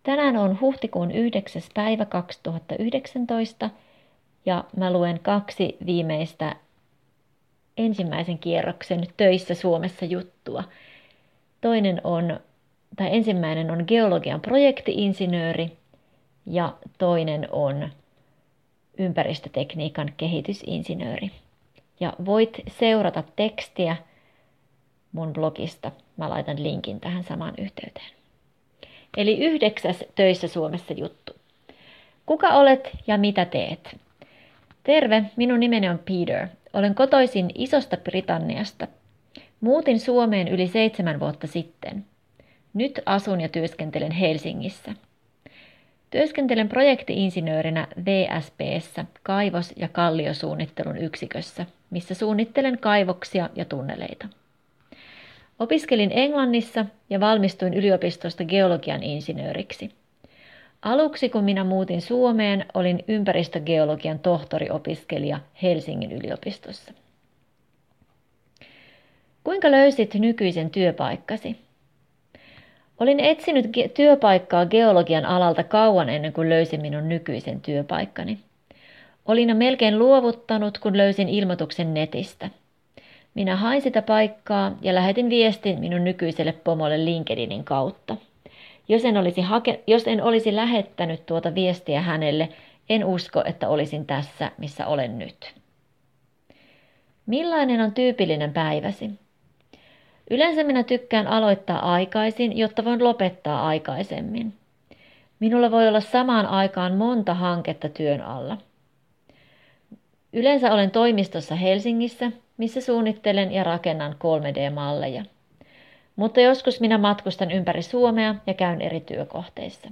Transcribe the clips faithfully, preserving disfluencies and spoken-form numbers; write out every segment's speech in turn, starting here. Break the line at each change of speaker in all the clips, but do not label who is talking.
Tänään on huhtikuun yhdeksäs päivä kaksituhattayhdeksäntoista ja mä luen kaksi viimeistä ensimmäisen kierroksen Töissä Suomessa juttua. Toinen on, tai ensimmäinen on geologian projekti-insinööri ja toinen on ympäristötekniikan kehitysinsinööri. Ja voit seurata tekstiä mun blogista. Mä laitan linkin tähän samaan yhteyteen. Eli yhdeksäs Töissä Suomessa juttu. Kuka olet ja mitä teet? Terve, minun nimeni on Peter. Olen kotoisin Isosta Britanniasta. Muutin Suomeen yli seitsemän vuotta sitten. Nyt asun ja työskentelen Helsingissä. Työskentelen projekti-insinöörinä V S P:ssä kaivos- ja kalliosuunnittelun yksikössä, missä suunnittelen kaivoksia ja tunneleita. Opiskelin Englannissa ja valmistuin yliopistosta geologian insinööriksi. Aluksi kun minä muutin Suomeen, olin ympäristögeologian tohtoriopiskelija Helsingin yliopistossa. Kuinka löysit nykyisen työpaikkasi? Olin etsinyt ge- työpaikkaa geologian alalta kauan ennen kuin löysin minun nykyisen työpaikkani. Olin jo melkein luovuttanut, kun löysin ilmoituksen netistä. Minä hain sitä paikkaa ja lähetin viestin minun nykyiselle pomolle LinkedInin kautta. Jos en olisi, hake- jos en olisi lähettänyt tuota viestiä hänelle, en usko, että olisin tässä, missä olen nyt. Millainen on tyypillinen päiväsi? Yleensä minä tykkään aloittaa aikaisin, jotta voin lopettaa aikaisemmin. Minulla voi olla samaan aikaan monta hanketta työn alla. Yleensä olen toimistossa Helsingissä, missä suunnittelen ja rakennan kolme D-malleja. Mutta joskus minä matkustan ympäri Suomea ja käyn eri työkohteissa.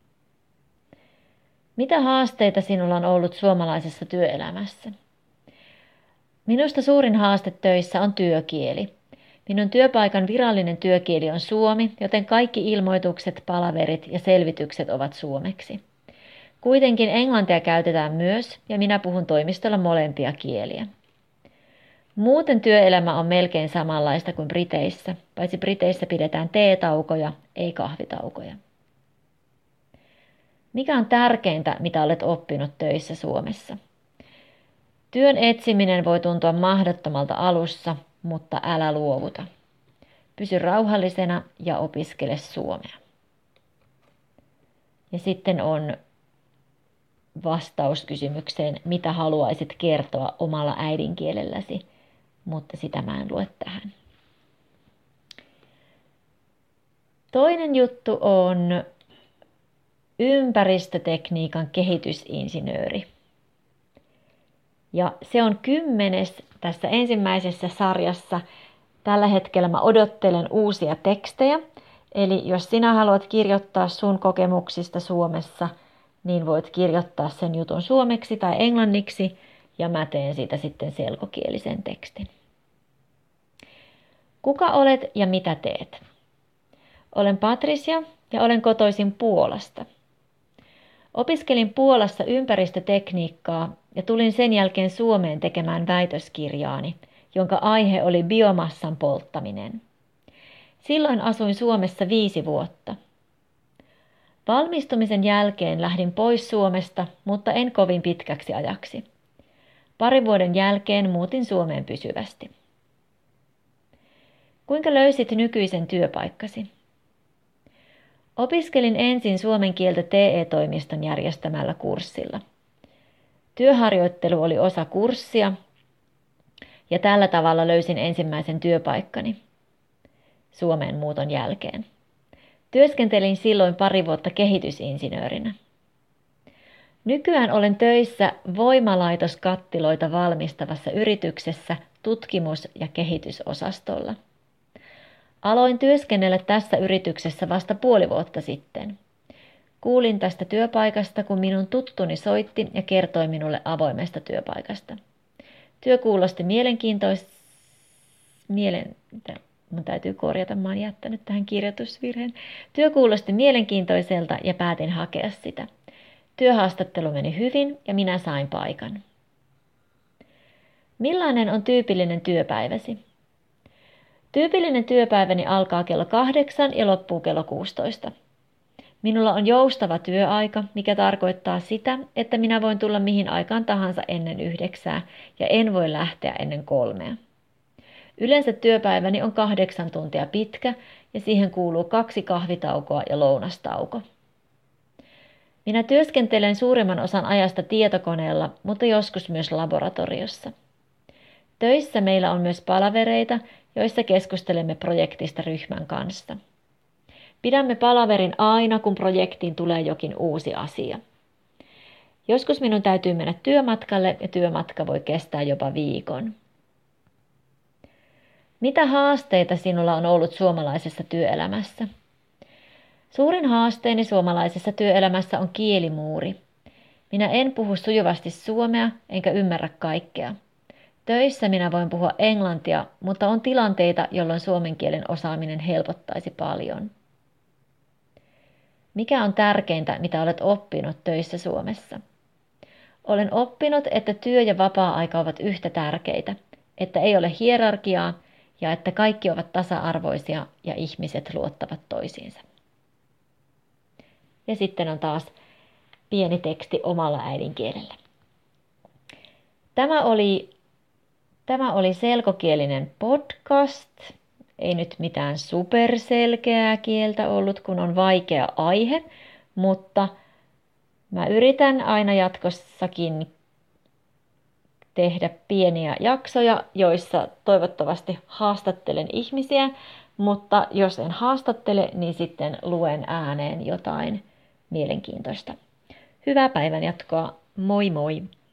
Mitä haasteita sinulla on ollut suomalaisessa työelämässä? Minusta suurin haaste töissä on työkieli. Minun työpaikan virallinen työkieli on suomi, joten kaikki ilmoitukset, palaverit ja selvitykset ovat suomeksi. Kuitenkin englantia käytetään myös ja minä puhun toimistolla molempia kieliä. Muuten työelämä on melkein samanlaista kuin Briteissä, paitsi Briteissä pidetään teetaukoja, ei kahvitaukoja. Mikä on tärkeintä, mitä olet oppinut töissä Suomessa? Työn etsiminen voi tuntua mahdottomalta alussa, mutta älä luovuta. Pysy rauhallisena ja opiskele suomea. Ja sitten on vastaus kysymykseen, mitä haluaisit kertoa omalla äidinkielelläsi, mutta sitä mä en lue tähän. Toinen juttu on ympäristötekniikan kehitysinsinööri. Ja se on kymmenes tässä ensimmäisessä sarjassa. Tällä hetkellä mä odottelen uusia tekstejä. Eli jos sinä haluat kirjoittaa sun kokemuksista Suomessa, niin voit kirjoittaa sen jutun suomeksi tai englanniksi ja mä teen siitä sitten selkokielisen tekstin. Kuka olet ja mitä teet? Olen Patricia ja olen kotoisin Puolasta. Opiskelin Puolassa ympäristötekniikkaa ja tulin sen jälkeen Suomeen tekemään väitöskirjaani, jonka aihe oli biomassan polttaminen. Silloin asuin Suomessa viisi vuotta. Valmistumisen jälkeen lähdin pois Suomesta, mutta en kovin pitkäksi ajaksi. Parin vuoden jälkeen muutin Suomeen pysyvästi. Kuinka löysit nykyisen työpaikkasi? Opiskelin ensin suomen kieltä T E-toimiston järjestämällä kurssilla. Työharjoittelu oli osa kurssia ja tällä tavalla löysin ensimmäisen työpaikkani Suomeen muuton jälkeen. Työskentelin silloin pari vuotta kehitysinsinöörinä. Nykyään olen töissä voimalaitoskattiloita valmistavassa yrityksessä tutkimus- ja kehitysosastolla. Aloin työskennellä tässä yrityksessä vasta puoli vuotta sitten. Kuulin tästä työpaikasta, kun minun tuttuni soitti ja kertoi minulle avoimesta työpaikasta. Työ kuulosti mielenkiintoista. Mielen... Mun täytyy korjata, mä oon jättänyt tähän kirjoitusvirheen. Työ kuulosti mielenkiintoiselta ja päätin hakea sitä. Työhaastattelu meni hyvin ja minä sain paikan. Millainen on tyypillinen työpäiväsi? Tyypillinen työpäiväni alkaa kello kahdeksan ja loppuu kello kuusitoista. Minulla on joustava työaika, mikä tarkoittaa sitä, että minä voin tulla mihin aikaan tahansa ennen yhdeksää ja en voi lähteä ennen kolmea. Yleensä työpäiväni on kahdeksan tuntia pitkä ja siihen kuuluu kaksi kahvitaukoa ja lounastauko. Minä työskentelen suurimman osan ajasta tietokoneella, mutta joskus myös laboratoriossa. Töissä meillä on myös palavereita, joissa keskustelemme projektista ryhmän kanssa. Pidämme palaverin aina, kun projektiin tulee jokin uusi asia. Joskus minun täytyy mennä työmatkalle ja työmatka voi kestää jopa viikon. Mitä haasteita sinulla on ollut suomalaisessa työelämässä? Suurin haasteeni suomalaisessa työelämässä on kielimuuri. Minä en puhu sujuvasti suomea enkä ymmärrä kaikkea. Töissä minä voin puhua englantia, mutta on tilanteita, jolloin suomen kielen osaaminen helpottaisi paljon. Mikä on tärkeintä, mitä olet oppinut töissä Suomessa? Olen oppinut, että työ ja vapaa-aika ovat yhtä tärkeitä, että ei ole hierarkiaa ja että kaikki ovat tasa-arvoisia ja ihmiset luottavat toisiinsa. Ja sitten on taas pieni teksti omalla äidinkielellä. Tämä oli, tämä oli selkokielinen podcast. Ei nyt mitään superselkeää kieltä ollut, kun on vaikea aihe, mutta mä yritän aina jatkossakin tehdä pieniä jaksoja, joissa toivottavasti haastattelen ihmisiä, mutta jos en haastattele, niin sitten luen ääneen jotain mielenkiintoista. Hyvää päivänjatkoa, moi moi!